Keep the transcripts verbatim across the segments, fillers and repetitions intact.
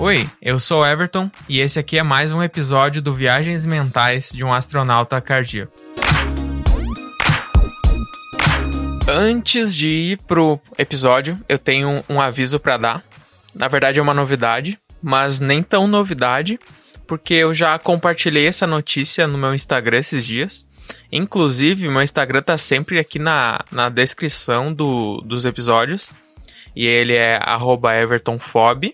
Oi, eu sou o Everton e esse aqui é mais um episódio do Viagens Mentais de um Astronauta Cardíaco. Antes de ir pro episódio, eu tenho um aviso pra dar. Na verdade é uma novidade, mas nem tão novidade, porque eu já compartilhei essa notícia no meu Instagram esses dias. Inclusive, meu Instagram tá sempre aqui na, na descrição do, dos episódios. E ele é arroba evertonfob.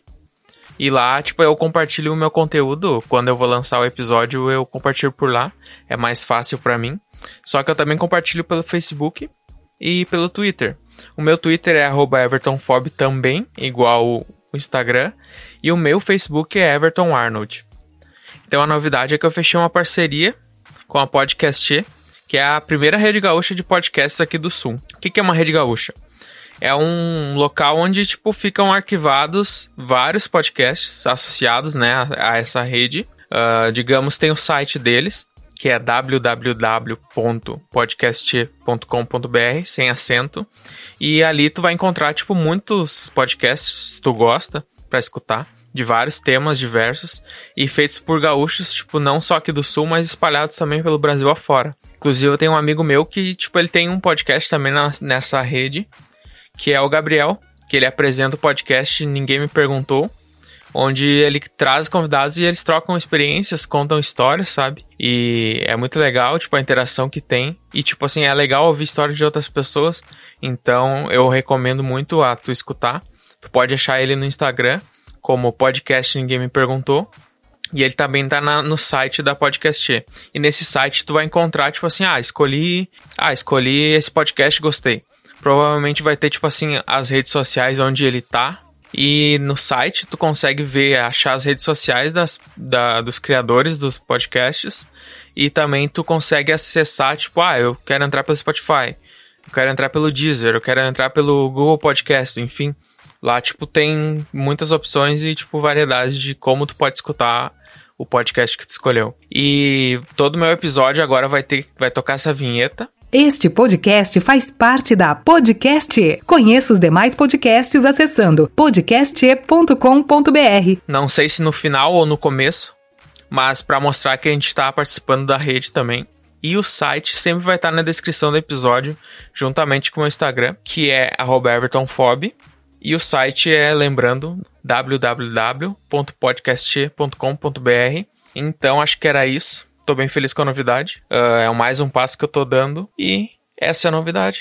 E lá, tipo, eu compartilho o meu conteúdo. Quando eu vou lançar o episódio, eu compartilho por lá. É mais fácil pra mim. Só que eu também compartilho pelo Facebook e pelo Twitter. O meu Twitter é arroba evertonfob também, igual o Instagram. E o meu Facebook é Everton Arnold. Então a novidade é que eu fechei uma parceria com a Podcast, que é a primeira rede gaúcha de podcasts aqui do Sul. O que é uma rede gaúcha? É um local onde, tipo, ficam arquivados vários podcasts associados, né, a, a essa rede. Uh, digamos, tem o site deles, que é w w w ponto podcast ponto com ponto b r, sem acento. E ali tu vai encontrar, tipo, muitos podcasts, se tu gosta, pra escutar, de vários temas diversos, e feitos por gaúchos, tipo, não só aqui do Sul, mas espalhados também pelo Brasil afora. Inclusive, eu tenho um amigo meu que, tipo, ele tem um podcast também na, nessa rede, que é o Gabriel, que ele apresenta o podcast Ninguém Me Perguntou, onde ele traz convidados e eles trocam experiências, contam histórias, sabe? E é muito legal, tipo, a interação que tem. E, tipo assim, é legal ouvir histórias de outras pessoas. Então, eu recomendo muito a tu escutar. Tu pode achar ele no Instagram, como podcast Ninguém Me Perguntou. E ele também tá na, no site da Podcast. E nesse site tu vai encontrar, tipo assim, ah, escolhi... Ah, escolhi esse podcast, gostei. Provavelmente vai ter, tipo assim, as redes sociais onde ele tá. E no site tu consegue ver, achar as redes sociais das, da, dos criadores dos podcasts. E também tu consegue acessar, tipo, ah, eu quero entrar pelo Spotify. Eu quero entrar pelo Deezer. Eu quero entrar pelo Google Podcast, enfim. Lá, tipo, tem muitas opções e, tipo, variedades de como tu pode escutar o podcast que tu escolheu. E todo meu episódio agora vai ter, vai tocar essa vinheta. Este podcast faz parte da Podcast. Conheça os demais podcasts acessando podcast ponto com ponto b r. Não sei se no final ou no começo, mas para mostrar que a gente está participando da rede também. E o site sempre vai estar na descrição do episódio, juntamente com o meu Instagram, que é arroba evertonfob. E o site é, lembrando, w w w ponto podcast ponto com ponto b r. Então, acho que era isso. Tô bem feliz com a novidade. Uh, é mais um passo que eu tô dando. E essa é a novidade.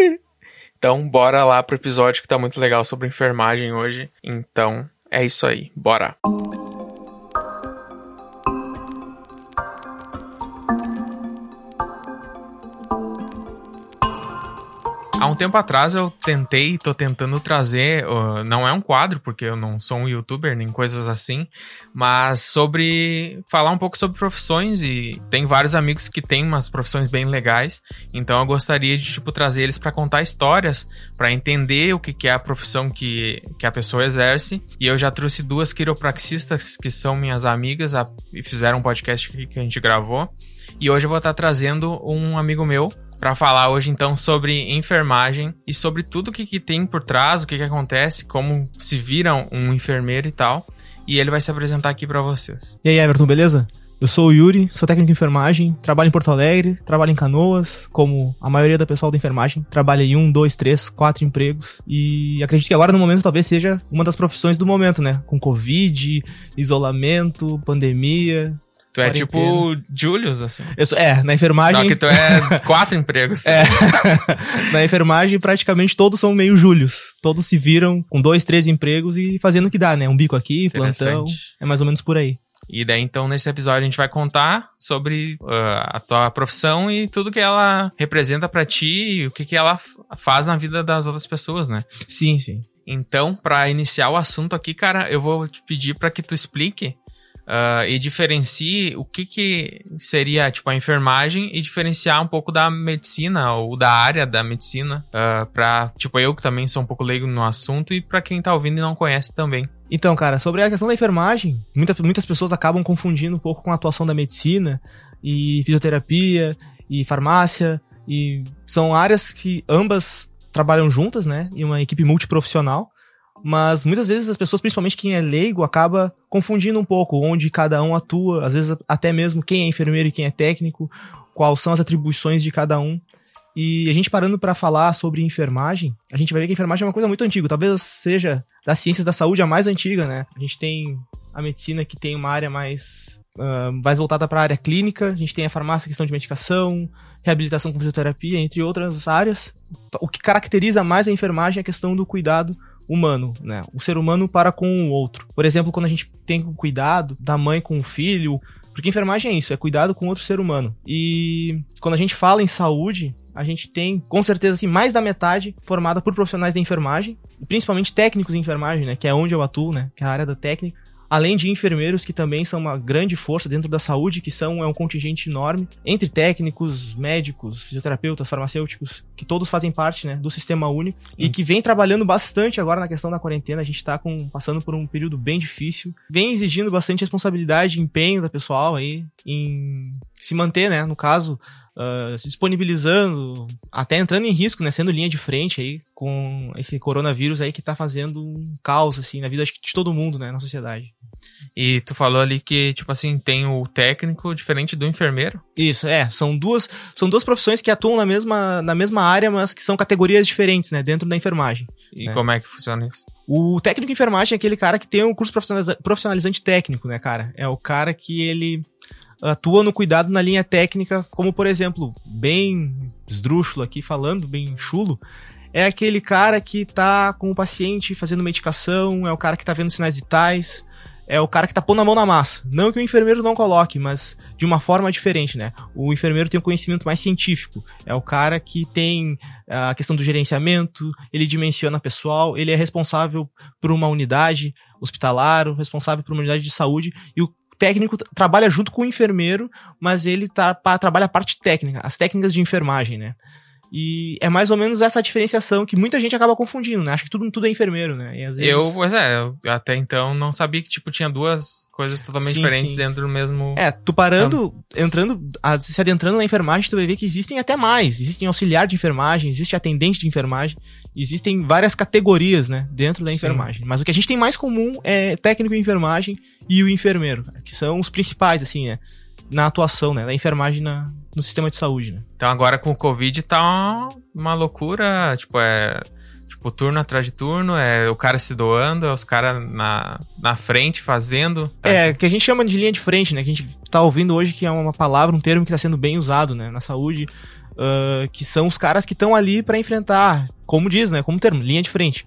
Então, bora lá pro episódio que tá muito legal sobre enfermagem hoje. Então, é isso aí. Bora! Há um tempo atrás eu tentei, tô tentando trazer, uh, não é um quadro, porque eu não sou um youtuber, nem coisas assim, mas sobre, falar um pouco sobre profissões, e tem vários amigos que têm umas profissões bem legais, então eu gostaria de, tipo, trazer eles para contar histórias, para entender o que, que é a profissão que, que a pessoa exerce, e eu já trouxe duas quiropraxistas que são minhas amigas, a, e fizeram um podcast que, que a gente gravou, e hoje eu vou estar trazendo um amigo meu, para falar hoje, então, sobre enfermagem e sobre tudo o que, que tem por trás, o que, que acontece, como se vira um enfermeiro e tal. E ele vai se apresentar aqui para vocês. E aí, Everton, beleza? Eu sou o Yuri, sou técnico em enfermagem, trabalho em Porto Alegre, trabalho em Canoas, como a maioria da pessoal da enfermagem, trabalha em um, dois, três, quatro empregos, e acredito que agora no momento talvez seja uma das profissões do momento, né? Com Covid, isolamento, pandemia... Tu é tipo Julius, assim. Eu sou, é, na enfermagem... Só que tu é quatro empregos. É, na enfermagem praticamente todos são meio Július. Todos se viram com dois, três empregos e fazendo o que dá, né? Um bico aqui, plantão, é mais ou menos por aí. E daí, então, nesse episódio a gente vai contar sobre uh, a tua profissão e tudo que ela representa pra ti e o que, que ela faz na vida das outras pessoas, né? Sim, sim. Então, pra iniciar o assunto aqui, cara, eu vou te pedir pra que tu explique Uh, e diferencie o que, que seria, tipo, a enfermagem e diferenciar um pouco da medicina ou da área da medicina uh, pra, tipo, eu que também sou um pouco leigo no assunto e pra quem tá ouvindo e não conhece também. Então, cara, sobre a questão da enfermagem, muita, muitas pessoas acabam confundindo um pouco com a atuação da medicina e fisioterapia e farmácia, e são áreas que ambas trabalham juntas, né, em uma equipe multiprofissional, mas muitas vezes as pessoas, principalmente quem é leigo, acaba confundindo um pouco onde cada um atua, às vezes até mesmo quem é enfermeiro e quem é técnico, quais são as atribuições de cada um. E a gente parando para falar sobre enfermagem, a gente vai ver que a enfermagem é uma coisa muito antiga, talvez seja das ciências da saúde a mais antiga, né? A gente tem a medicina que tem uma área mais, uh, mais voltada para a área clínica, a gente tem a farmácia, questão de medicação, reabilitação com fisioterapia, entre outras áreas. O que caracteriza mais a enfermagem é a questão do cuidado humano, né? O ser humano para com o outro. Por exemplo, quando a gente tem o cuidado da mãe com o filho, porque enfermagem é isso, é cuidado com outro ser humano. E quando a gente fala em saúde, a gente tem, com certeza, assim, mais da metade formada por profissionais da enfermagem, principalmente técnicos de enfermagem, né, que é onde eu atuo, né, que é a área da técnica, além de enfermeiros, que também são uma grande força dentro da saúde, que são é um contingente enorme, entre técnicos, médicos, fisioterapeutas, farmacêuticos, que todos fazem parte, né, do sistema único, hum. e que vem trabalhando bastante agora na questão da quarentena. A gente está passando por um período bem difícil, vem exigindo bastante responsabilidade e empenho da pessoal aí em se manter, né, no caso, Uh, se disponibilizando, até entrando em risco, né, sendo linha de frente aí com esse coronavírus aí que tá fazendo um caos, assim, na vida acho que de todo mundo, né, na sociedade. E tu falou ali que, tipo assim, tem o técnico diferente do enfermeiro? Isso, é, são duas, são duas profissões que atuam na mesma, na mesma área, mas que são categorias diferentes, né, dentro da enfermagem. E né? Como é que funciona isso? O técnico em enfermagem é aquele cara que tem um curso profissionaliza- profissionalizante técnico, né, cara, é o cara que ele atua no cuidado na linha técnica, como por exemplo, bem esdrúxulo aqui falando, bem chulo, é aquele cara que tá com o paciente fazendo medicação, é o cara que tá vendo sinais vitais, é o cara que tá pondo a mão na massa. Não que o enfermeiro não coloque, mas de uma forma diferente, né? O enfermeiro tem um conhecimento mais científico, é o cara que tem a questão do gerenciamento, ele dimensiona pessoal, ele é responsável por uma unidade hospitalar, responsável por uma unidade de saúde, e o técnico trabalha junto com o enfermeiro, mas ele tá, pa, trabalha a parte técnica, as técnicas de enfermagem, né? E é mais ou menos essa diferenciação que muita gente acaba confundindo, né? Acha que tudo, tudo é enfermeiro, né? E às vezes... Eu, pois é, eu até então não sabia que, tipo, tinha duas coisas totalmente sim, diferentes sim. dentro do mesmo... É, tu parando, entrando, se adentrando na enfermagem, tu vai ver que existem até mais. Existem auxiliar de enfermagem, existe atendente de enfermagem, existem várias categorias, né, dentro da enfermagem. Sim. Mas o que a gente tem mais comum é técnico de enfermagem e o enfermeiro, que são os principais, assim, né? Na atuação, né, da enfermagem na, no sistema de saúde, né. Então agora com o Covid tá uma, uma loucura, tipo, é tipo turno atrás de turno, é o cara se doando, é os caras na, na frente fazendo. Tá é, assim. Que a gente chama de linha de frente, né, que a gente tá ouvindo hoje que é uma palavra, um termo que tá sendo bem usado, né, na saúde, uh, que são os caras que estão ali para enfrentar, como diz, né, como termo, linha de frente.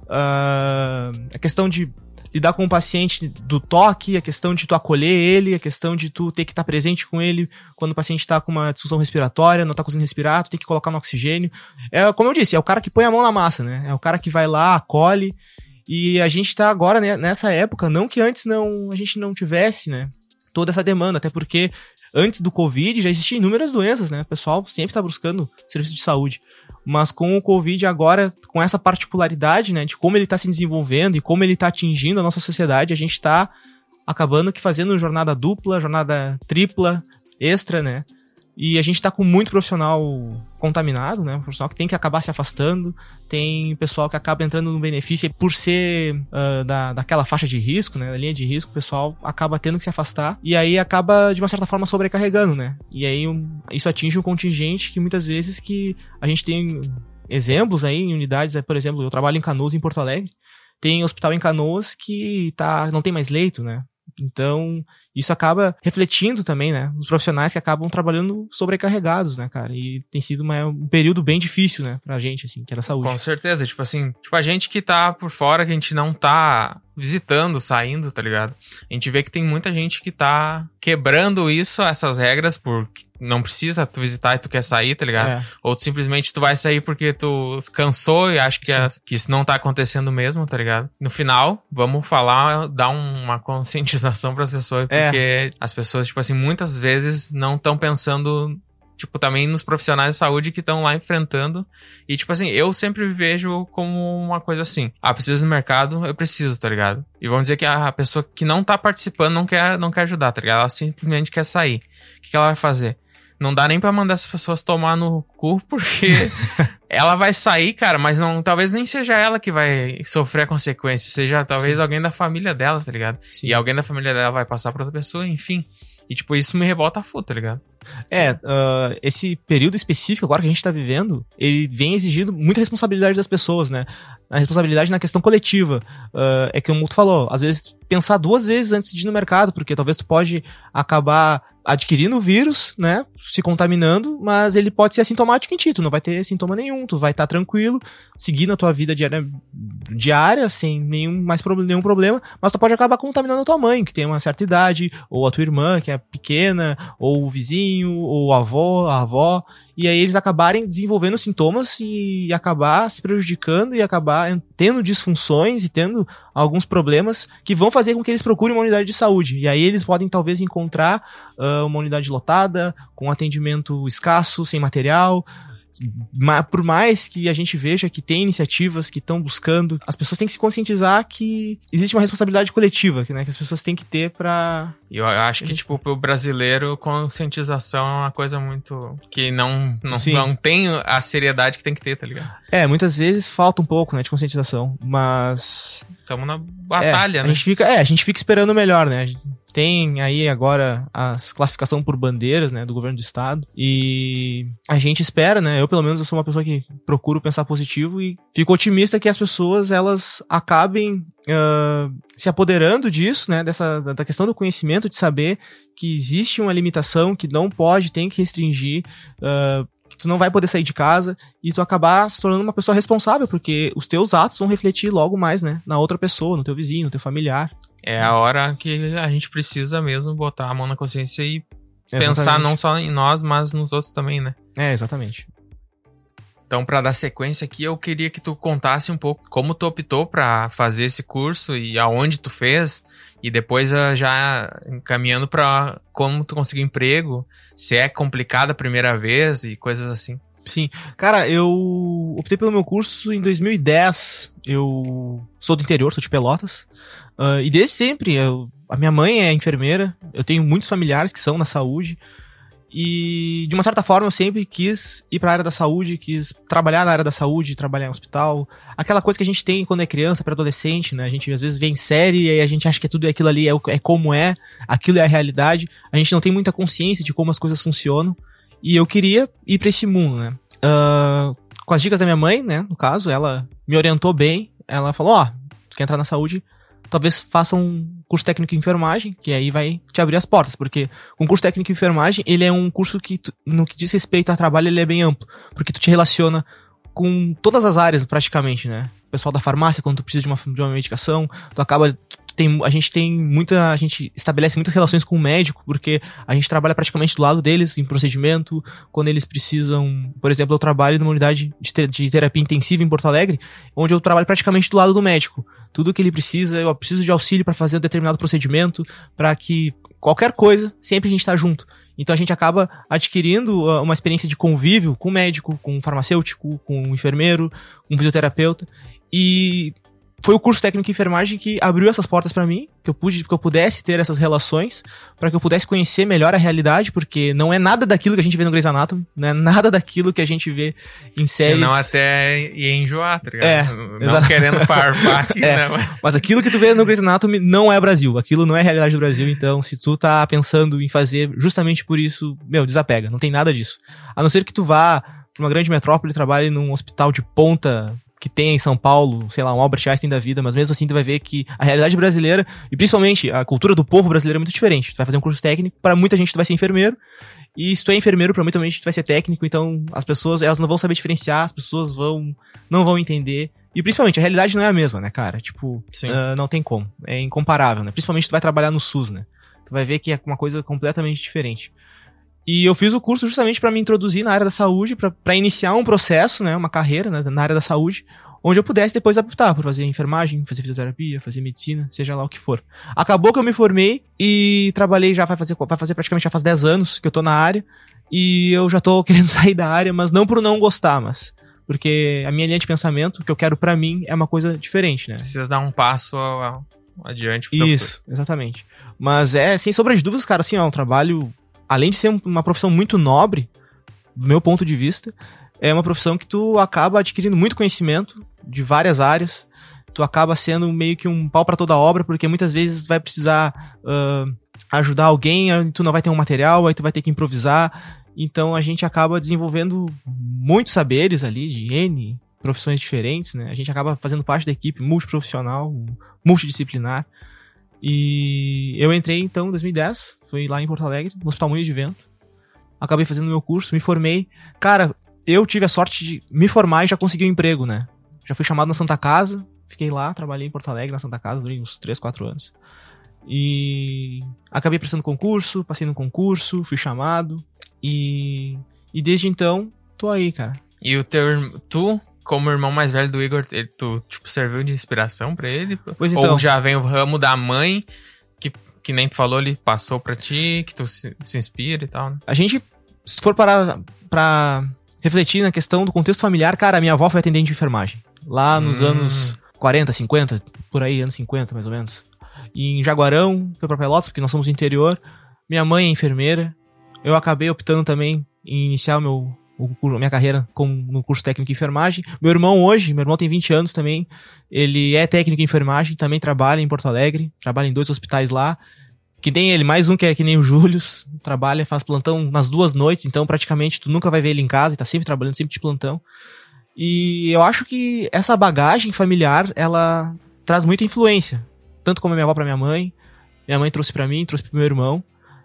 Uh, a questão de lidar com o paciente do toque, a questão de tu acolher ele, a questão de tu ter que estar presente com ele quando o paciente está com uma disfunção respiratória, não está conseguindo respirar, tu tem que colocar no oxigênio. É, como eu disse, é o cara que põe a mão na massa, né? É o cara que vai lá, acolhe, e a gente está agora, né, nessa época, não que antes não, a gente não tivesse, né, toda essa demanda, até porque antes do Covid já existiam inúmeras doenças, né? O pessoal sempre está buscando serviço de saúde. Mas com o Covid agora, com essa particularidade, né, de como ele está se desenvolvendo e como ele está atingindo a nossa sociedade, a gente está acabando que fazendo jornada dupla, jornada tripla, extra, né? E a gente tá com muito profissional contaminado, né? Um profissional que tem que acabar se afastando, tem pessoal que acaba entrando no benefício e por ser uh, da, daquela faixa de risco, né? Da linha de risco, o pessoal acaba tendo que se afastar e aí acaba, de uma certa forma, sobrecarregando, né? E aí um, isso atinge um contingente que muitas vezes que a gente tem exemplos aí em unidades, por exemplo, eu trabalho em Canoas, em Porto Alegre, tem hospital em Canoas que tá, não tem mais leito, né? Então, isso acaba refletindo também, né, nos profissionais que acabam trabalhando sobrecarregados, né, cara, e tem sido uma, um período bem difícil, né, pra gente, assim, que é da saúde. Com certeza, tipo assim, tipo a gente que tá por fora, que a gente não tá visitando, saindo, tá ligado? A gente vê que tem muita gente que tá quebrando isso, essas regras, porque não precisa tu visitar e tu quer sair, tá ligado? É. Ou tu, simplesmente tu vai sair porque tu cansou e acha que, é, que isso não tá acontecendo mesmo, tá ligado? No final, vamos falar, dar uma conscientização pras pessoas, porque é. as pessoas, tipo assim, muitas vezes não estão pensando, tipo, também nos profissionais de saúde que estão lá enfrentando. E, tipo assim, eu sempre vejo como uma coisa assim, ah, preciso do mercado, eu preciso, tá ligado? E vamos dizer que a pessoa que não tá participando não quer, não quer ajudar, tá ligado? Ela simplesmente quer sair. O que, que ela vai fazer? Não dá nem pra mandar essas pessoas tomar no cu, porque ela vai sair, cara, mas não, talvez nem seja ela que vai sofrer a consequência, seja talvez Sim. alguém da família dela, tá ligado? Sim. E alguém da família dela vai passar pra outra pessoa, enfim. E, tipo, isso me revolta a full, tá ligado? É, uh, esse período específico agora que a gente tá vivendo, ele vem exigindo muita responsabilidade das pessoas, né? A responsabilidade na questão coletiva. Uh, é que o Muto falou, às vezes pensar duas vezes antes de ir no mercado, porque talvez tu pode acabar adquirindo o vírus, né, se contaminando, mas ele pode ser assintomático em ti, tu não vai ter sintoma nenhum, tu vai estar tá tranquilo, seguindo a tua vida diária, diária sem nenhum, mais pro, nenhum problema, mas tu pode acabar contaminando a tua mãe, que tem uma certa idade, ou a tua irmã, que é pequena, ou o vizinho, ou o avô, a avó, e aí eles acabarem desenvolvendo sintomas e acabar se prejudicando e acabar tendo disfunções e tendo alguns problemas que vão fazer com que eles procurem uma unidade de saúde. E aí eles podem talvez encontrar uh, uma unidade lotada, com atendimento escasso, sem material. Mas por mais que a gente veja que tem iniciativas que estão buscando, as pessoas têm que se conscientizar que existe uma responsabilidade coletiva, né, que as pessoas têm que ter pra... Eu acho que, tipo, pro brasileiro, conscientização é uma coisa muito... que não, não, não tem a seriedade que tem que ter, tá ligado? É, muitas vezes falta um pouco, né, de conscientização, mas... Estamos na batalha, é, né? A gente fica, é, a gente fica esperando o melhor, né? Tem aí agora a classificação por bandeiras, né, do governo do estado, e a gente espera, né, eu pelo menos eu sou uma pessoa que procuro pensar positivo e fico otimista que as pessoas, elas acabem uh, se apoderando disso, né, dessa, da questão do conhecimento, de saber que existe uma limitação, que não pode, tem que restringir, uh, que tu não vai poder sair de casa e tu acabar se tornando uma pessoa responsável, porque os teus atos vão refletir logo mais, né, na outra pessoa, no teu vizinho, no teu familiar. É a hora que a gente precisa mesmo botar a mão na consciência e Exatamente. Pensar não só em nós, mas nos outros também, né? É, exatamente. Então, para dar sequência aqui, eu queria que tu contasse um pouco como tu optou para fazer esse curso e aonde tu fez, e depois já encaminhando para como tu conseguiu emprego, se é complicado a primeira vez e coisas assim. Sim. Cara, eu optei pelo meu curso em dois mil e dez. Eu sou do interior, sou de Pelotas. Uh, e desde sempre, eu, a minha mãe é enfermeira, eu tenho muitos familiares que são na saúde. E, de uma certa forma, eu sempre quis ir para a área da saúde, quis trabalhar na área da saúde, trabalhar em hospital. Aquela coisa que a gente tem quando é criança, pré-adolescente, né? A gente às vezes vê em série e aí a gente acha que tudo aquilo ali é, é como é, aquilo é a realidade. A gente não tem muita consciência de como as coisas funcionam. E eu queria ir para esse mundo, né? Uh, com as dicas da minha mãe, né? No caso, ela me orientou bem. Ela falou, ó, oh, tu quer entrar na saúde, talvez faça um curso técnico em enfermagem, que aí vai te abrir as portas, porque o curso técnico em enfermagem, ele é um curso que, tu, no que diz respeito a trabalho, ele é bem amplo, porque tu te relaciona com todas as áreas, praticamente, né? O pessoal da farmácia, quando tu precisa de uma, de uma medicação, tu acaba... Tu tem, a gente tem muita... A gente estabelece muitas relações com o médico, porque a gente trabalha praticamente do lado deles, em procedimento, quando eles precisam... Por exemplo, eu trabalho numa unidade de, ter, de terapia intensiva em Porto Alegre, onde eu trabalho praticamente do lado do médico. Tudo que ele precisa, eu preciso de auxílio para fazer um determinado procedimento, para que qualquer coisa, sempre a gente tá junto. Então a gente acaba adquirindo uh, uma experiência de convívio com o médico, com o farmacêutico, com o enfermeiro, com o fisioterapeuta. E foi o curso técnico em enfermagem que abriu essas portas para mim, que eu pude, que eu pudesse ter essas relações, para que eu pudesse conhecer melhor a realidade, porque não é nada daquilo que a gente vê no Grey's Anatomy, não é nada daquilo que a gente vê em séries. Senão até ia enjoar, tá ligado? É, não exato. Querendo farpar aqui, é, né? Mas aquilo que tu vê no Grey's Anatomy não é Brasil, aquilo não é a realidade do Brasil, então se tu tá pensando em fazer justamente por isso, meu, desapega, não tem nada disso. A não ser que tu vá pra uma grande metrópole e trabalhe num hospital de ponta que tem em São Paulo, sei lá, um Albert Einstein da vida, mas mesmo assim tu vai ver que a realidade brasileira, e principalmente a cultura do povo brasileiro é muito diferente. Tu vai fazer um curso técnico, para muita gente tu vai ser enfermeiro, e se tu é enfermeiro, pra muita gente tu vai ser técnico, então as pessoas, elas não vão saber diferenciar, as pessoas vão, não vão entender, e principalmente a realidade não é a mesma, né, cara? Tipo, uh, não tem como, é incomparável, né? Principalmente tu vai trabalhar no SUS, né? Tu vai ver que é uma coisa completamente diferente. E eu fiz o curso justamente para me introduzir na área da saúde, para iniciar um processo, né, uma carreira, né, na área da saúde, onde eu pudesse depois optar por fazer enfermagem, fazer fisioterapia, fazer medicina, seja lá o que for. Acabou que eu me formei e trabalhei já, vai fazer, vai fazer praticamente já faz dez anos que eu tô na área, e eu já tô querendo sair da área, mas não por não gostar, mas porque a minha linha de pensamento, o que eu quero para mim, é uma coisa diferente, né? Precisa dar um passo adiante. Isso, exatamente. Mas é, sem sombra de dúvidas, cara, assim, ó, um trabalho... Além de ser uma profissão muito nobre, do meu ponto de vista, é uma profissão que tu acaba adquirindo muito conhecimento de várias áreas, tu acaba sendo meio que um pau pra toda obra, porque muitas vezes vai precisar uh, ajudar alguém, tu não vai ter um material, aí tu vai ter que improvisar, então a gente acaba desenvolvendo muitos saberes ali, de N profissões diferentes, né? A gente acaba fazendo parte da equipe multiprofissional, multidisciplinar, e eu entrei então em dois mil e dez, fui lá em Porto Alegre, no Hospital Moinhos de Vento, acabei fazendo meu curso, me formei, cara, eu tive a sorte de me formar e já conseguir um emprego, né? Já fui chamado na Santa Casa, fiquei lá, trabalhei em Porto Alegre, na Santa Casa, durante uns três, quatro anos. E acabei prestando concurso, passei no concurso, fui chamado. E, e desde então, tô aí, cara. E o teu, tu, como irmão mais velho do Igor, ele, tu, tipo, serviu de inspiração pra ele? Pois então. Ou já vem o ramo da mãe, que, que nem tu falou, ele passou pra ti, que tu se, se inspira e tal, né? A gente, se for parar pra refletir na questão do contexto familiar, cara, minha avó foi atendente de enfermagem. Lá nos hum. anos quarenta, cinquenta, por aí, anos cinquenta mais ou menos. E em Jaguarão, foi pra Pelotas, porque nós somos do interior. Minha mãe é enfermeira. Eu acabei optando também em iniciar meu, o, minha carreira com, no curso técnico em enfermagem. Meu irmão hoje, meu irmão tem vinte anos também, ele é técnico em enfermagem, também trabalha em Porto Alegre, trabalha em dois hospitais lá. Que nem ele, mais um que é que nem o Július, trabalha, faz plantão nas duas noites, então praticamente tu nunca vai ver ele em casa, ele tá sempre trabalhando, sempre de plantão. E eu acho que essa bagagem familiar, ela traz muita influência. Tanto como a minha avó pra minha mãe, minha mãe trouxe pra mim, trouxe pro meu irmão.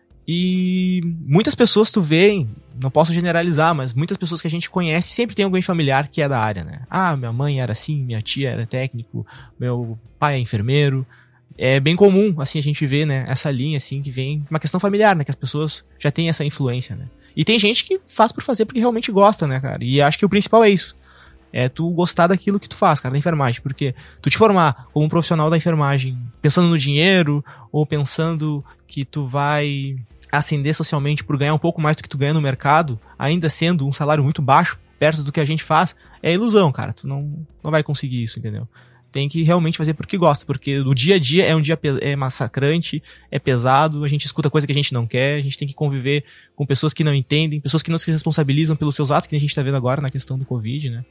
E muitas pessoas tu vê, não posso generalizar, mas muitas pessoas que a gente conhece sempre tem alguém familiar que é da área, né? Ah, minha mãe era assim, minha tia era técnico, meu pai é enfermeiro. É bem comum, assim, a gente vê, né, essa linha, assim, que vem uma questão familiar, né, que as pessoas já têm essa influência, né. E tem gente que faz por fazer porque realmente gosta, né, cara, e acho que o principal é isso, é tu gostar daquilo que tu faz, cara, da enfermagem, porque tu te formar como um profissional da enfermagem pensando no dinheiro, ou pensando que tu vai ascender socialmente por ganhar um pouco mais do que tu ganha no mercado, ainda sendo um salário muito baixo, perto do que a gente faz, é ilusão, cara, tu não, não vai conseguir isso, entendeu? Tem que realmente fazer porque gosta, porque o dia a dia é um dia pe- é massacrante, é pesado, a gente escuta coisa que a gente não quer, a gente tem que conviver com pessoas que não entendem, pessoas que não se responsabilizam pelos seus atos, que a gente tá vendo agora na questão do Covid, né?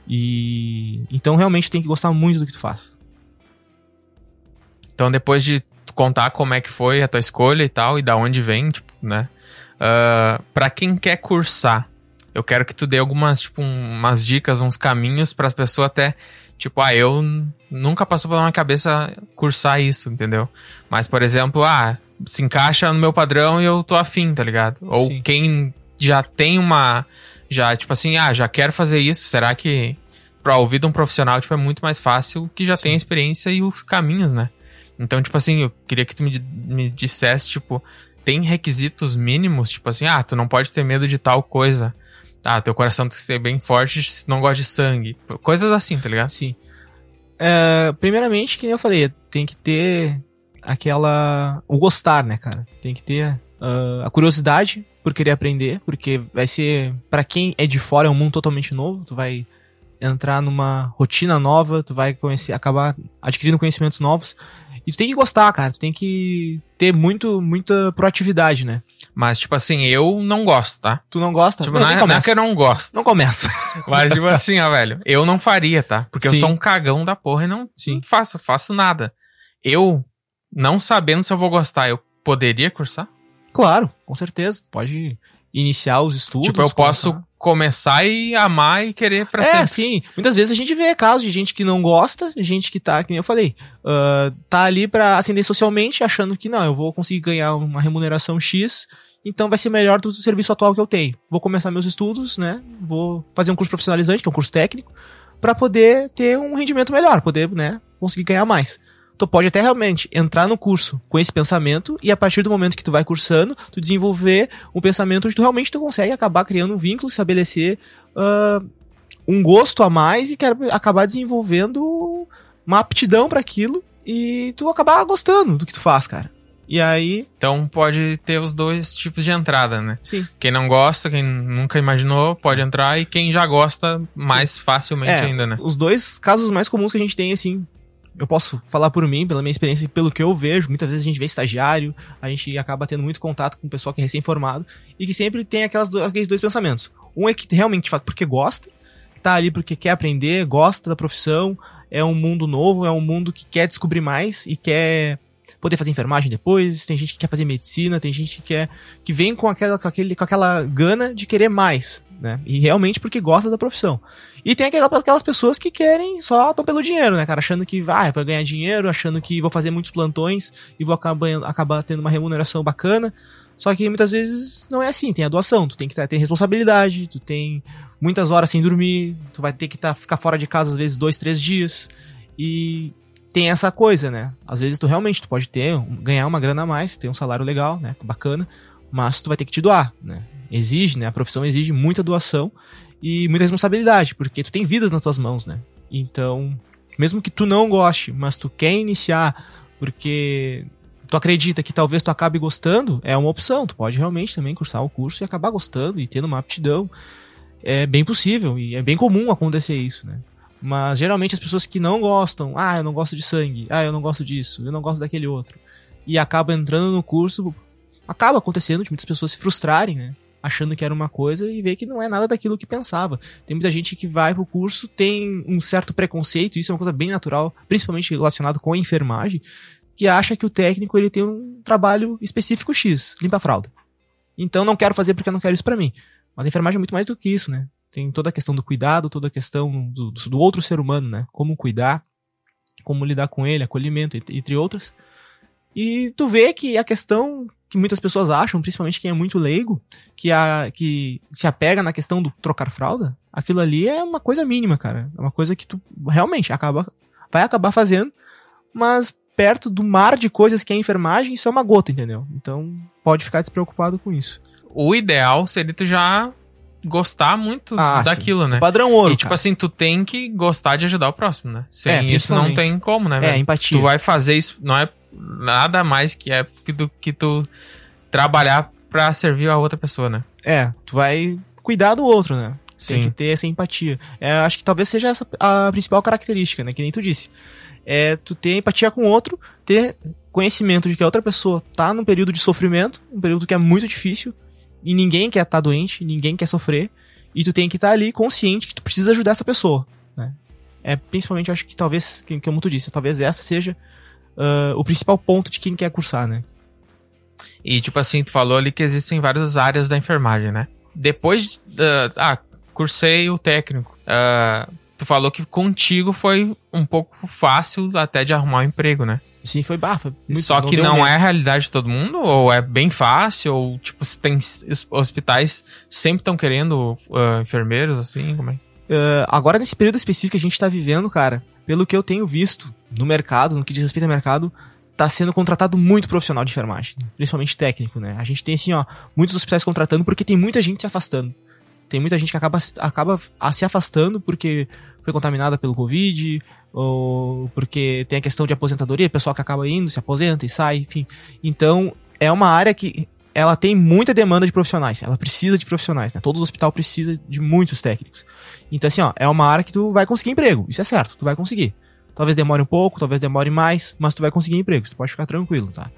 E então realmente tem que gostar muito do que tu faz. Então depois de tu contar como é que foi a tua escolha e tal, e da onde vem, tipo, né? Uh, pra quem quer cursar, eu quero que tu dê algumas, tipo, um, umas dicas, uns caminhos para as pessoas até... Tipo, ah, eu nunca passou pela minha cabeça cursar isso, entendeu? Mas, por exemplo, ah, se encaixa no meu padrão e eu tô afim, tá ligado? Ou Sim. Quem já tem uma... Já, tipo assim, ah, já quero fazer isso, será que pra ouvir de um profissional, tipo, é muito mais fácil que já Sim. tem a experiência e os caminhos, né? Então, tipo assim, eu queria que tu me, me dissesse, tipo, tem requisitos mínimos? Tipo assim, ah, tu não pode ter medo de tal coisa. Ah, teu coração tem que ser bem forte se não gosta de sangue. Coisas assim, tá ligado? Sim. É, primeiramente, que eu falei, tem que ter aquela... o gostar, né, cara? Tem que ter uh, a curiosidade por querer aprender, porque vai ser... Pra quem é de fora, é um mundo totalmente novo. Tu vai entrar numa rotina nova, tu vai conhecer, acabar adquirindo conhecimentos novos. E tu tem que gostar, cara. Tu tem que ter muito, muita proatividade, né? Mas, tipo assim, eu não gosto, tá? Tu não gosta? Tipo, não, não, não é que eu não gosto. Não começa. Mas, tipo assim, ó, velho, eu não faria, tá? Porque Sim. eu sou um cagão da porra e não, não faço, faço nada. Eu, não sabendo se eu vou gostar, eu poderia cursar? Claro, com certeza. Pode iniciar os estudos. Tipo, eu começar. posso começar e amar e querer pra é, sempre. É, sim. Muitas vezes a gente vê casos de gente que não gosta, gente que tá, que nem eu falei, uh, tá ali pra ascender socialmente, achando que não, eu vou conseguir ganhar uma remuneração X, então vai ser melhor do serviço atual que eu tenho. Vou começar meus estudos, né? Vou fazer um curso profissionalizante, que é um curso técnico, pra poder ter um rendimento melhor, poder, né, conseguir ganhar mais. Tu pode até realmente entrar no curso com esse pensamento e a partir do momento que tu vai cursando, tu desenvolver um pensamento onde tu realmente tu consegue acabar criando um vínculo, estabelecer uh, um gosto a mais e quer acabar desenvolvendo uma aptidão para aquilo e tu acabar gostando do que tu faz, cara. E aí... Então pode ter os dois tipos de entrada, né? Sim. Quem não gosta, quem nunca imaginou, pode entrar e quem já gosta mais Sim. facilmente é, ainda, né? Os dois casos mais comuns que a gente tem, assim... Eu posso falar por mim, pela minha experiência e pelo que eu vejo. Muitas vezes a gente vê estagiário, a gente acaba tendo muito contato com o pessoal que é recém-formado e que sempre tem aquelas do, aqueles dois pensamentos. Um é que realmente faz porque gosta, tá ali porque quer aprender, gosta da profissão, é um mundo novo, é um mundo que quer descobrir mais e quer poder fazer enfermagem depois, tem gente que quer fazer medicina, tem gente que quer, que vem com aquela, com aquele, com aquela gana de querer mais, né, e realmente porque gosta da profissão. E tem aquelas, aquelas pessoas que querem só tão pelo dinheiro, né, cara, achando que vai, vai ganhar dinheiro, achando que vou fazer muitos plantões e vou acabar, acabar tendo uma remuneração bacana. Só que muitas vezes não é assim, tem a doação, tu tem que ter responsabilidade, tu tem muitas horas sem dormir, tu vai ter que tá, ficar fora de casa às vezes dois, três dias, e tem essa coisa, né, às vezes tu realmente tu pode ter, ganhar uma grana a mais, ter um salário legal, né, bacana, mas tu vai ter que te doar, né, exige, né, a profissão exige muita doação e muita responsabilidade, porque tu tem vidas nas tuas mãos, né, então, mesmo que tu não goste, mas tu quer iniciar, porque tu acredita que talvez tu acabe gostando, é uma opção. Tu pode realmente também cursar o curso e acabar gostando e tendo uma aptidão. É bem possível e é bem comum acontecer isso, né? Mas geralmente as pessoas que não gostam, ah, eu não gosto de sangue, ah, eu não gosto disso, eu não gosto daquele outro, e acaba entrando no curso, acaba acontecendo de muitas pessoas se frustrarem, né? Achando que era uma coisa e ver que não é nada daquilo que pensava. Tem muita gente que vai pro curso, tem um certo preconceito, isso é uma coisa bem natural, principalmente relacionado com a enfermagem, que acha que o técnico ele tem um trabalho específico X, limpa a fralda. Então não quero fazer porque eu não quero isso pra mim. Mas a enfermagem é muito mais do que isso, né? Tem toda a questão do cuidado, toda a questão do, do outro ser humano, né? Como cuidar, como lidar com ele, acolhimento, entre outras. E tu vê que a questão que muitas pessoas acham, principalmente quem é muito leigo, que, a, que se apega na questão do trocar fralda, aquilo ali é uma coisa mínima, cara. É uma coisa que tu realmente acaba, vai acabar fazendo, mas perto do mar de coisas que é a enfermagem, isso é uma gota, entendeu? Então, pode ficar despreocupado com isso. O ideal seria tu já gostar muito ah, daquilo, sim. né? O padrão ouro, E tipo cara. assim, tu tem que gostar de ajudar o próximo, né? Sem é, isso não tem como, né, velho? É, empatia. Tu vai fazer isso, não é nada mais que é que tu, que tu trabalhar pra servir a outra pessoa, né? É, tu vai cuidar do outro, né? Tem Sim. que ter essa empatia. É, acho que talvez seja essa a principal característica, né? Que nem tu disse. É tu ter empatia com o outro, ter conhecimento de que a outra pessoa tá num período de sofrimento, um período que é muito difícil, e ninguém quer estar doente, ninguém quer sofrer, e tu tem que estar ali consciente que tu precisa ajudar essa pessoa, né? É, principalmente, acho que talvez, que, como tu disse, talvez essa seja uh, o principal ponto de quem quer cursar, né? E tipo assim, tu falou ali que existem várias áreas da enfermagem, né? Depois, uh, ah, cursei o técnico, uh, tu falou que contigo foi um pouco fácil até de arrumar um emprego, né? Sim, foi barra. Só que não, não é a realidade de todo mundo? Ou é bem fácil? Ou, tipo, tem hospitais sempre estão querendo uh, enfermeiros, assim? Como é? Uh, agora, nesse período específico que a gente tá vivendo, cara, pelo que eu tenho visto no mercado, no que diz respeito ao mercado, tá sendo contratado muito profissional de enfermagem. Principalmente técnico, né? A gente tem, assim, ó, muitos hospitais contratando porque tem muita gente se afastando. Tem muita gente que acaba, acaba se afastando porque foi contaminada pelo Covid, ou porque tem a questão de aposentadoria, pessoal que acaba indo, se aposenta e sai, enfim. Então, é uma área que ela tem muita demanda de profissionais, ela precisa de profissionais, né? Todo hospital precisa de muitos técnicos. Então, assim, ó, é uma área que tu vai conseguir emprego, isso é certo, tu vai conseguir. Talvez demore um pouco, talvez demore mais, mas tu vai conseguir emprego, tu pode ficar tranquilo, tá?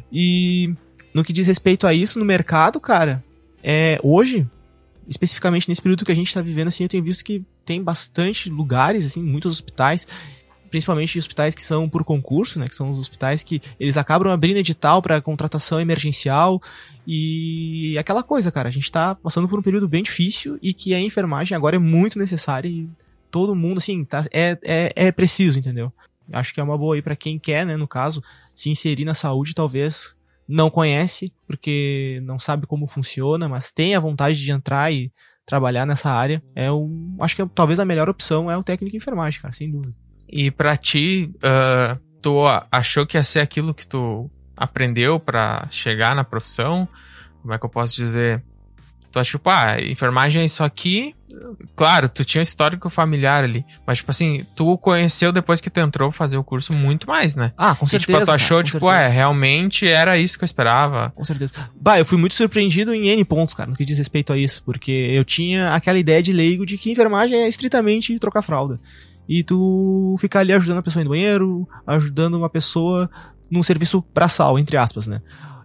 E no que diz respeito a isso, no mercado, cara, é, hoje, especificamente nesse período que a gente tá vivendo, assim, eu tenho visto que tem bastante lugares, assim, muitos hospitais, principalmente hospitais que são por concurso, né, que são os hospitais que eles acabam abrindo edital para contratação emergencial e aquela coisa, cara, a gente tá passando por um período bem difícil e que a enfermagem agora é muito necessária e todo mundo, assim, tá, é, é, é preciso, entendeu? Acho que é uma boa aí para quem quer, né, no caso, se inserir na saúde, talvez não conhece, porque não sabe como funciona, mas tem a vontade de entrar e trabalhar nessa área, é o, acho que é, talvez a melhor opção é o técnico em enfermagem, cara, sem dúvida. E pra ti, uh, tu achou que ia ser aquilo que tu aprendeu pra chegar na profissão? Como é que eu posso dizer? Tu achou, tipo, ah, enfermagem é isso aqui. Claro, tu tinha um histórico familiar ali, mas, tipo assim, tu conheceu depois que tu entrou fazer o curso muito mais, né? Ah, com certeza. E, tipo, tu achou, cara, tipo, certeza. é, realmente era isso que eu esperava. Com certeza. Bah, eu fui muito surpreendido em N pontos, cara, no que diz respeito a isso, porque eu tinha aquela ideia de leigo de que enfermagem é estritamente trocar fralda. E tu ficar ali ajudando a pessoa no banheiro, ajudando uma pessoa num serviço braçal, entre aspas, né?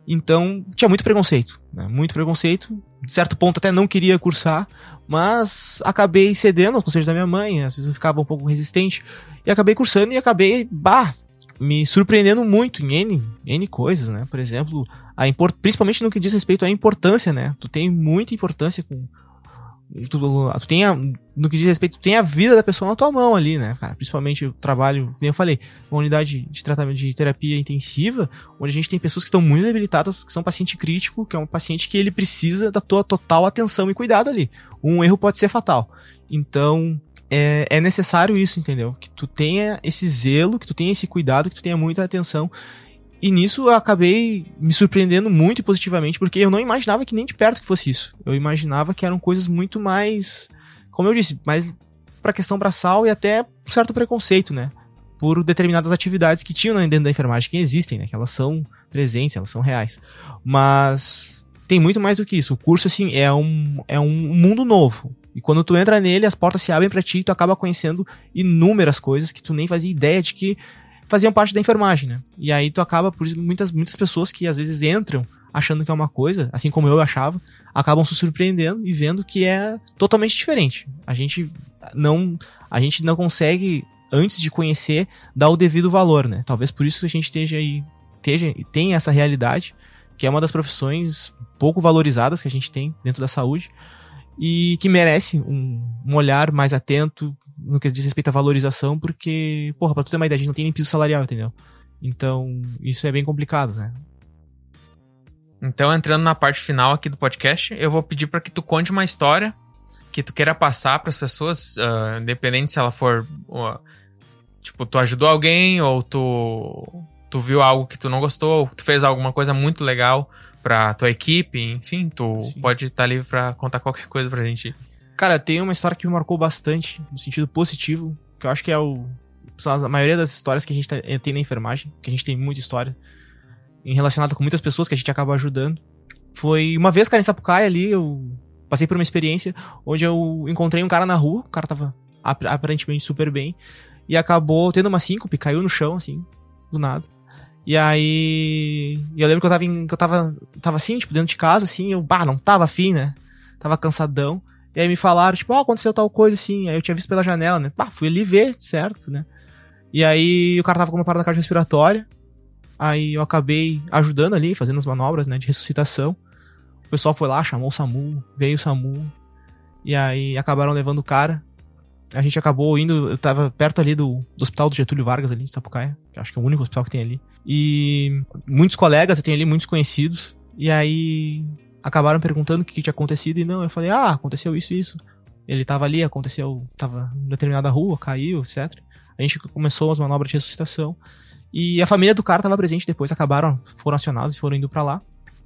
Então, tinha muito preconceito, né? Muito preconceito. De certo ponto até não queria cursar, mas acabei cedendo aos conselhos da minha mãe, às vezes eu ficava um pouco resistente, e acabei cursando e acabei, bah, me surpreendendo muito em N, N coisas, né? Por exemplo, a import... principalmente no que diz respeito à importância, né? Tu tem muita importância com... Tu, tu tem a, no que diz respeito, tu tem a vida da pessoa na tua mão ali, né, cara? Principalmente o trabalho, como eu falei, uma unidade de tratamento de terapia intensiva, onde a gente tem pessoas que estão muito debilitadas, que são paciente crítico, que é um paciente que ele precisa da tua total atenção e cuidado ali. Um erro pode ser fatal. Então, é, é necessário isso, entendeu? Que tu tenha esse zelo, que tu tenha esse cuidado, que tu tenha muita atenção. E nisso eu acabei me surpreendendo muito positivamente, porque eu não imaginava que nem de perto que fosse isso. Eu imaginava que eram coisas muito mais, como eu disse, mais pra questão braçal e até um certo preconceito, né? Por determinadas atividades que tinham dentro da enfermagem, que existem, né? Que elas são presentes, elas são reais. Mas tem muito mais do que isso. O curso, assim, é um, é um mundo novo. E quando tu entra nele, as portas se abrem pra ti e tu acaba conhecendo inúmeras coisas que tu nem fazia ideia de que faziam parte da enfermagem, né? E aí tu acaba, por isso, muitas, muitas pessoas que às vezes entram achando que é uma coisa, assim como eu achava, acabam se surpreendendo e vendo que é totalmente diferente. A gente não, a gente não consegue, antes de conhecer, dar o devido valor, né? Talvez por isso que a gente esteja aí, esteja, tem essa realidade, que é uma das profissões pouco valorizadas que a gente tem dentro da saúde e que merece um, um olhar mais atento no que diz respeito à valorização, porque, porra, pra tu ter uma ideia, a gente não tem nem piso salarial, entendeu? Então, isso é bem complicado, né? Então, entrando na parte final aqui do podcast, eu vou pedir pra que tu conte uma história que tu queira passar pras pessoas, uh, independente se ela for, uh, tipo, tu ajudou alguém, ou tu, tu viu algo que tu não gostou, ou tu fez alguma coisa muito legal pra tua equipe, enfim, tu Sim. pode estar livre pra contar qualquer coisa pra gente. Cara, tem uma história que me marcou bastante, no sentido positivo, que eu acho que é o... são a maioria das histórias que a gente tem na enfermagem, que a gente tem muita história, relacionada com muitas pessoas que a gente acaba ajudando. Foi uma vez, cara, em Sapucaia ali, eu passei por uma experiência onde eu encontrei um cara na rua, o cara tava aparentemente super bem, e acabou tendo uma síncope, caiu no chão, assim, do nada. E aí... eu lembro que eu tava, em, que eu tava, tava assim, tipo, dentro de casa, assim, eu, bah, não tava afim, né? Tava cansadão. E aí me falaram, tipo, ó, oh, aconteceu tal coisa, assim. Aí eu tinha visto pela janela, né? Bah, fui ali ver, certo, né? E aí o cara tava com uma parada cardiorrespiratória. Aí eu acabei ajudando ali, fazendo as manobras, né, de ressuscitação. O pessoal foi lá, chamou o SAMU, veio o SAMU. E aí acabaram levando o cara. A gente acabou indo, eu tava perto ali do, do hospital do Getúlio Vargas, ali de Sapucaia, que acho que é o único hospital que tem ali. E muitos colegas, eu tenho ali muitos conhecidos. E aí acabaram perguntando o que, que tinha acontecido, e não, eu falei, ah, aconteceu isso e isso. Ele tava ali, aconteceu, tava em determinada rua, caiu, etcétera. A gente começou as manobras de ressuscitação, e a família do cara tava presente depois, acabaram, foram acionados e foram indo pra lá.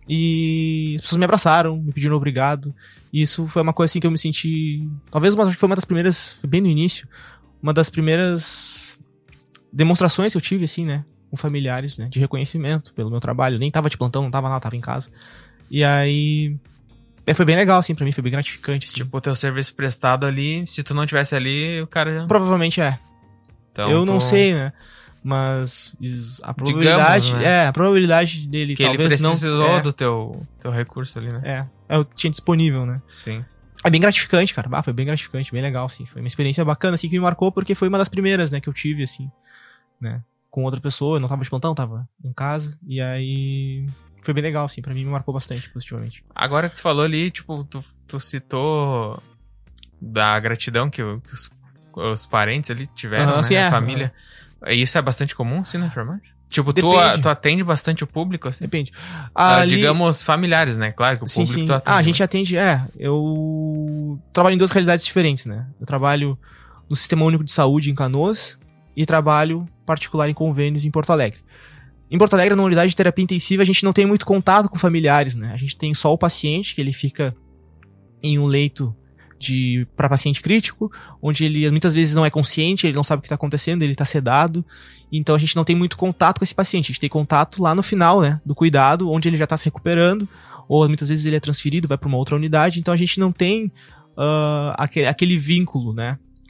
E as pessoas me abraçaram, me pediram obrigado, e isso foi uma coisa assim que eu me senti, talvez uma, foi uma das primeiras, foi bem no início, uma das primeiras demonstrações que eu tive, assim, né, com familiares, né, de reconhecimento pelo meu trabalho. Eu nem tava de plantão, não tava lá, tava em casa. E aí, é, foi bem legal, assim, pra mim, foi bem gratificante, assim. Tipo, o teu serviço prestado ali, se tu não tivesse ali, o cara... Provavelmente é. Então, eu tô... não sei, né, mas a probabilidade, Digamos, né? é, a probabilidade dele que talvez ele precisou não... é, do teu, teu recurso ali, né? É, é o que tinha disponível, né? Sim. É bem gratificante, cara, bah, foi bem gratificante, bem legal, assim, foi uma experiência bacana, assim, que me marcou, porque foi uma das primeiras, né, que eu tive, assim, né, com outra pessoa, eu não tava de plantão, tava em casa, e aí... foi bem legal, assim, pra mim me marcou bastante, positivamente. Agora que tu falou ali, tipo, tu, tu citou da gratidão que, que os, os parentes ali tiveram, uhum, né, sim, a é, família. Uhum. Isso é bastante comum, assim, na enfermagem? Tipo, tu, tu atende bastante o público, assim? Depende. Ah, ali... Digamos, familiares, né? Claro que o sim, público sim. tu atende. Ah, a gente atende, é, eu trabalho em duas realidades diferentes, né? Eu trabalho no Sistema Único de Saúde em Canoas e trabalho particular em convênios em Porto Alegre. Em Porto Alegre, na unidade de terapia intensiva, a gente não tem muito contato com familiares, né? A gente tem só o paciente, que ele fica em um leito de para paciente crítico, onde ele muitas vezes não é consciente, ele não sabe o que está acontecendo, ele está sedado. Então a gente não tem muito contato com esse paciente. A gente tem contato lá no final, né, do cuidado, onde ele já está se recuperando, ou muitas vezes ele é transferido, vai para uma outra unidade. Então a gente não tem uh, aquele, aquele vínculo, né,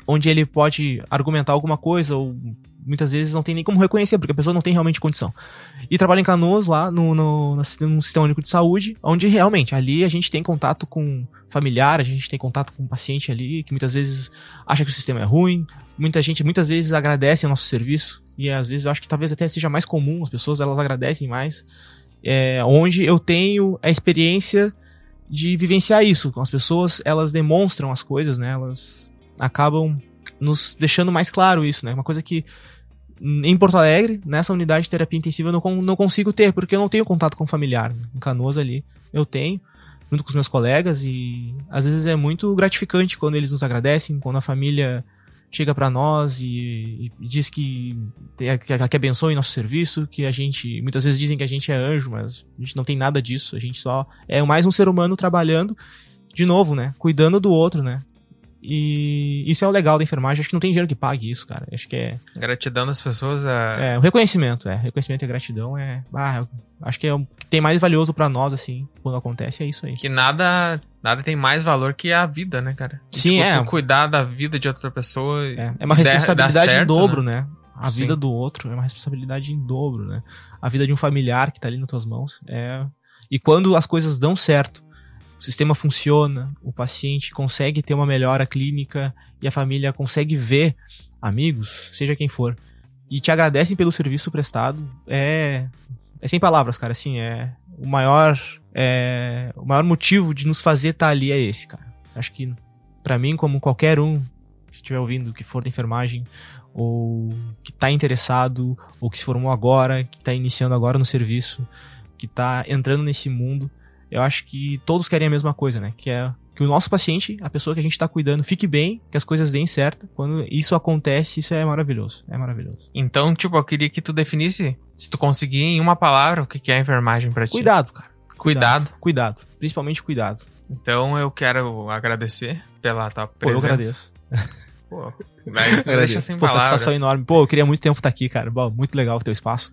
onde ele pode argumentar alguma coisa, ou muitas vezes não tem nem como reconhecer, porque a pessoa não tem realmente condição. E trabalho em Canoas, lá no, no, no Sistema Único de Saúde, onde realmente ali a gente tem contato com familiar, a gente tem contato com um paciente ali, que muitas vezes acha que o sistema é ruim, muita gente muitas vezes agradece o nosso serviço, e às vezes eu acho que talvez até seja mais comum, as pessoas elas agradecem mais, é, onde eu tenho a experiência de vivenciar isso, as pessoas elas demonstram as coisas, né, elas acabam nos deixando mais claro isso, né, uma coisa que em Porto Alegre, nessa unidade de terapia intensiva, eu não, não consigo ter, porque eu não tenho contato com o familiar. Em Canoas ali, eu tenho, junto com os meus colegas, e às vezes é muito gratificante quando eles nos agradecem, quando a família chega pra nós e, e diz que, que, que abençoe nosso serviço, que a gente, muitas vezes dizem que a gente é anjo, mas a gente não tem nada disso, a gente só é mais um ser humano trabalhando, de novo, né, cuidando do outro, né. E isso é o legal da enfermagem. Acho que não tem dinheiro que pague isso, cara. Acho que é... Gratidão das pessoas é... É, o reconhecimento, é. Reconhecimento e gratidão é... Ah, acho que é o que tem mais valioso pra nós, assim, quando acontece, é isso aí. Que nada, nada tem mais valor que a vida, né, cara? E, Sim, tipo, é. cuidar da vida de outra pessoa... É, é uma responsabilidade certo, em dobro, né? né? A Sim. vida do outro é uma responsabilidade em dobro, né? A vida de um familiar que tá ali nas tuas mãos é... E quando as coisas dão certo, o sistema funciona, o paciente consegue ter uma melhora clínica e a família consegue ver amigos, seja quem for, e te agradecem pelo serviço prestado, é, é sem palavras, cara, assim, é o maior, é, o maior motivo de nos fazer estar ali é esse, cara. Acho que pra mim, como qualquer um que estiver ouvindo, que for da enfermagem, ou que tá interessado, ou que se formou agora, que tá iniciando agora no serviço, que tá entrando nesse mundo, eu acho que todos querem a mesma coisa, né? Que é que o nosso paciente, a pessoa que a gente tá cuidando, fique bem, que as coisas deem certo. Quando isso acontece, isso é maravilhoso. É maravilhoso. Então, tipo, eu queria que tu definisse, se tu conseguir em uma palavra, o que é a enfermagem pra ti. Cuidado, cara. Cuidado. Cuidado. Cuidado. Principalmente cuidado. Então, eu quero agradecer pela tua Pô, eu presença. agradeço. Pô, vai, deixa sem Pô, palavras. satisfação enorme. Pô, eu queria muito tempo estar aqui, cara. Bom, muito legal o teu espaço.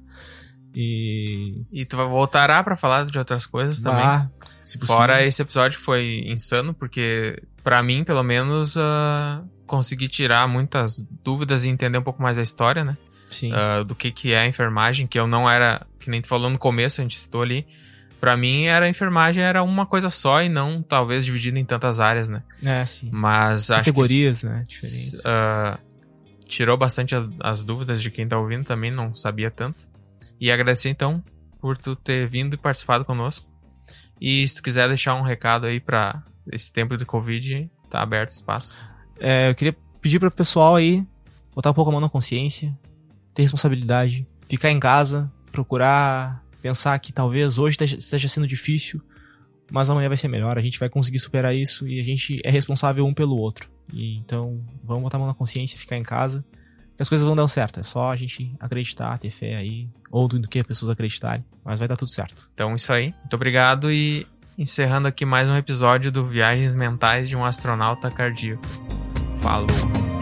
E... E tu vai voltará pra falar de outras coisas também. Ah, se possível. Fora esse episódio foi insano, porque pra mim, pelo menos, uh, consegui tirar muitas dúvidas e entender um pouco mais a história, né? Sim. Uh, do que, que é a enfermagem, que eu não era, que nem tu falou no começo, a gente citou ali. Pra mim, era a enfermagem era uma coisa só e não, talvez, dividida em tantas áreas, né? É, sim. Mas acho que... Categorias, né? Diferentes. Uh, tirou bastante a, as dúvidas de quem tá ouvindo também, não sabia tanto. E agradecer, então, por tu ter vindo e participado conosco. E se tu quiser deixar um recado aí pra esse tempo de Covid, tá aberto o espaço. É, eu queria pedir pro pessoal aí botar um pouco a mão na consciência, ter responsabilidade, ficar em casa, procurar pensar que talvez hoje esteja sendo difícil, mas amanhã vai ser melhor, a gente vai conseguir superar isso e a gente é responsável um pelo outro. E, então, vamos botar a mão na consciência, ficar em casa, que as coisas vão dar certo. É só a gente acreditar, ter fé aí, ou do que as pessoas acreditarem, mas vai dar tudo certo. Então, isso aí. Muito obrigado e encerrando aqui mais um episódio do Viagens Mentais de um Astronauta Cardíaco. Falou!